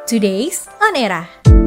Today's On Era.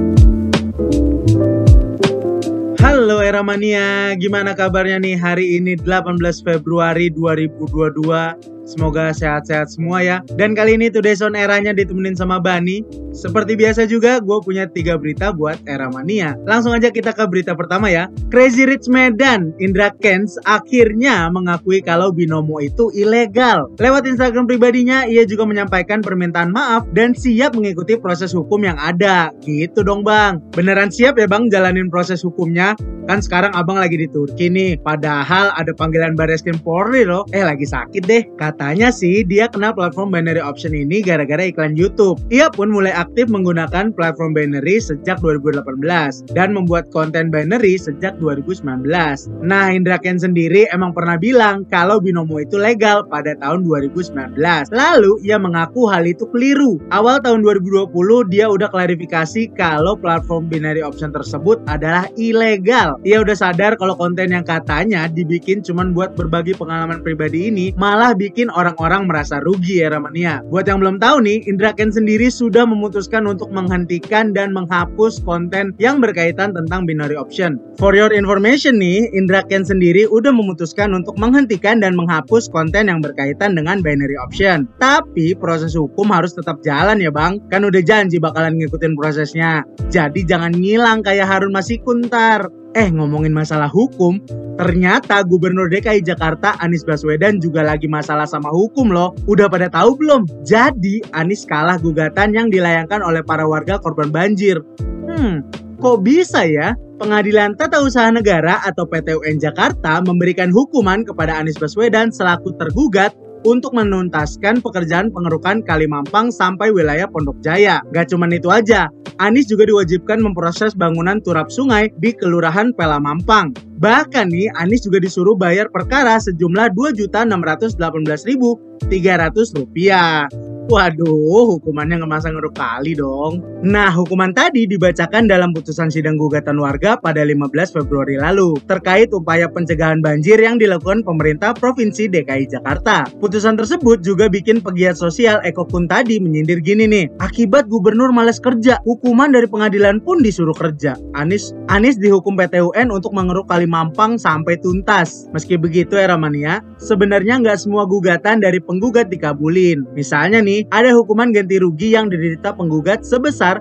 Halo Era Mania, gimana kabarnya nih hari ini 18 Februari 2022? Semoga sehat-sehat semua ya. Dan kali ini Today's On Era-nya ditemenin sama Bani. Seperti biasa juga gue punya 3 berita buat Era Mania. Langsung aja kita ke berita pertama ya. Crazy Rich Medan, Indra Kents akhirnya mengakui kalau binomo itu ilegal. Lewat Instagram pribadinya, ia juga menyampaikan permintaan maaf dan siap mengikuti proses hukum yang ada. Gitu dong bang. Beneran siap ya bang jalanin proses hukumnya? Kan sekarang abang lagi di Turki nih. Padahal ada panggilan Barreskrim Polri loh. Lagi sakit deh. Katanya sih dia kenal platform binary option ini gara-gara iklan YouTube. Ia pun mulai aktif menggunakan platform binary sejak 2018 dan membuat konten binary sejak 2019. Nah, Indra Kents sendiri emang pernah bilang kalau binomo itu legal pada tahun 2019. Lalu ia mengaku hal itu keliru. Awal tahun 2020 dia udah klarifikasi kalau platform binary option tersebut adalah ilegal. Ia udah sadar kalau konten yang katanya dibikin cuman buat berbagi pengalaman pribadi ini malah bikin orang-orang merasa rugi ya Ramania. Buat yang belum tahu nih, Indra Kents sendiri sudah memutuskan untuk menghentikan dan menghapus konten yang berkaitan tentang binary option. For your information nih, Indra Kents sendiri udah memutuskan untuk menghentikan dan menghapus konten yang berkaitan dengan binary option. Tapi proses hukum harus tetap jalan ya bang. Kan udah janji bakalan ngikutin prosesnya. Jadi jangan ngilang kayak Harun Masiku ntar. Ngomongin masalah hukum, ternyata Gubernur DKI Jakarta Anies Baswedan juga lagi masalah sama hukum loh. Udah pada tahu belum? Jadi Anies kalah gugatan yang dilayangkan oleh para warga korban banjir. Kok bisa ya? Pengadilan Tata Usaha Negara atau PT UN Jakarta memberikan hukuman kepada Anies Baswedan selaku tergugat untuk menuntaskan pekerjaan pengerukan Kali Mampang sampai wilayah Pondok Jaya. Gak cuman itu aja, Anies juga diwajibkan memproses bangunan turap sungai di Kelurahan Pela Mampang. Bahkan nih, Anies juga disuruh bayar perkara sejumlah Rp2.618.300. Waduh, hukumannya nggak masa ngeruk kali dong. Nah, hukuman tadi dibacakan dalam putusan sidang gugatan warga pada 15 Februari lalu terkait upaya pencegahan banjir yang dilakukan pemerintah Provinsi DKI Jakarta. Putusan tersebut juga bikin pegiat sosial Eko Kun tadi menyindir gini nih. Akibat gubernur malas kerja, hukuman dari pengadilan pun disuruh kerja. Anies dihukum PT UN untuk mengeruk Kali Mampang sampai tuntas. Meski begitu ya Ramania, sebenarnya nggak semua gugatan dari penggugat dikabulin. Misalnya nih, ada hukuman ganti rugi yang diderita penggugat sebesar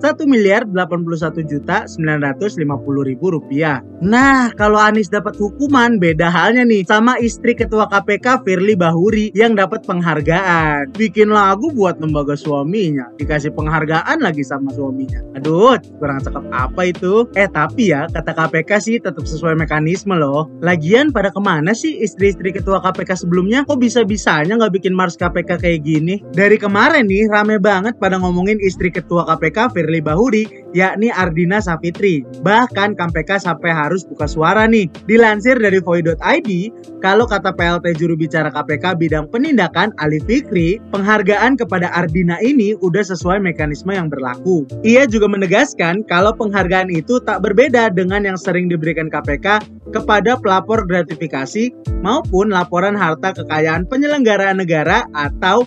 Rp1.081.950.000. Nah, kalau Anies dapat hukuman, beda halnya nih sama istri Ketua KPK Firly Bahuri yang dapat penghargaan. Bikin lagu buat lembaga suaminya, dikasih penghargaan lagi sama suaminya. Aduh, kurang cakep apa itu? Tapi ya, kata KPK sih tetap sesuai mekanisme loh. Lagian pada kemana sih istri-istri Ketua KPK sebelumnya? Kok bisa-bisanya nggak bikin Mars KPK kayak gini? Dari kemarin nih rame banget pada ngomongin istri Ketua KPK Firly Bahuri, yakni Ardina Savitri. Bahkan KPK sampai harus buka suara nih. Dilansir dari Voi.id, kalau kata PLT juru bicara KPK bidang penindakan Ali Fikri, penghargaan kepada Ardina ini udah sesuai mekanisme yang berlaku. Ia juga menegaskan kalau penghargaan itu tak berbeda dengan yang sering diberikan KPK kepada pelapor gratifikasi maupun laporan harta kekayaan penyelenggaraan negara atau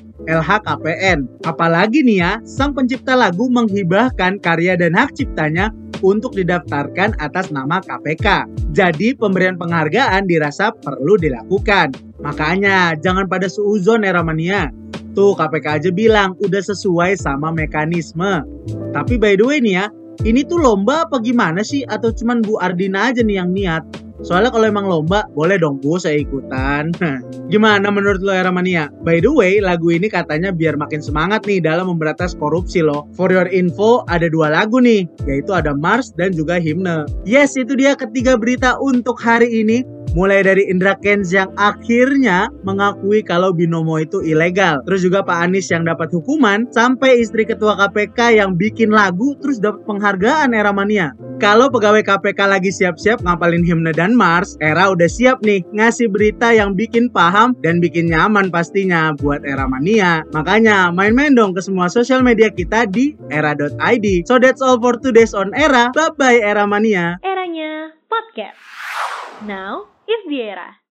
LHKPN. Apalagi nih ya, sang pencipta lagu menghibahkan karya dan hak ciptanya untuk didaftarkan atas nama KPK. Jadi pemberian penghargaan dirasa perlu dilakukan. Makanya jangan pada suuzon ya Ramania. Tuh KPK aja bilang udah sesuai sama mekanisme. Tapi by the way nih ya, ini tuh lomba apa gimana sih? Atau cuman Bu Ardina aja nih yang niat? Soalnya kalau emang lomba, boleh dong Bu saya ikutan. Gimana menurut lo ya Ramania? By the way, lagu ini katanya biar makin semangat nih dalam memberantas korupsi loh. For your info, ada 2 lagu nih, yaitu ada Mars dan juga Himne. Yes, itu dia ketiga berita untuk hari ini. Mulai dari Indra Kents yang akhirnya mengakui kalau binomo itu ilegal. Terus juga Pak Anies yang dapat hukuman. Sampai istri Ketua KPK yang bikin lagu terus dapat penghargaan Era Mania. Kalau pegawai KPK lagi siap-siap ngapalin Himne dan Mars, Era udah siap nih ngasih berita yang bikin paham dan bikin nyaman pastinya buat Era Mania. Makanya main-main dong ke semua sosial media kita di era.id. So that's all for today's on Era. Bye-bye Era Mania. Eranya podcast. Now is the era.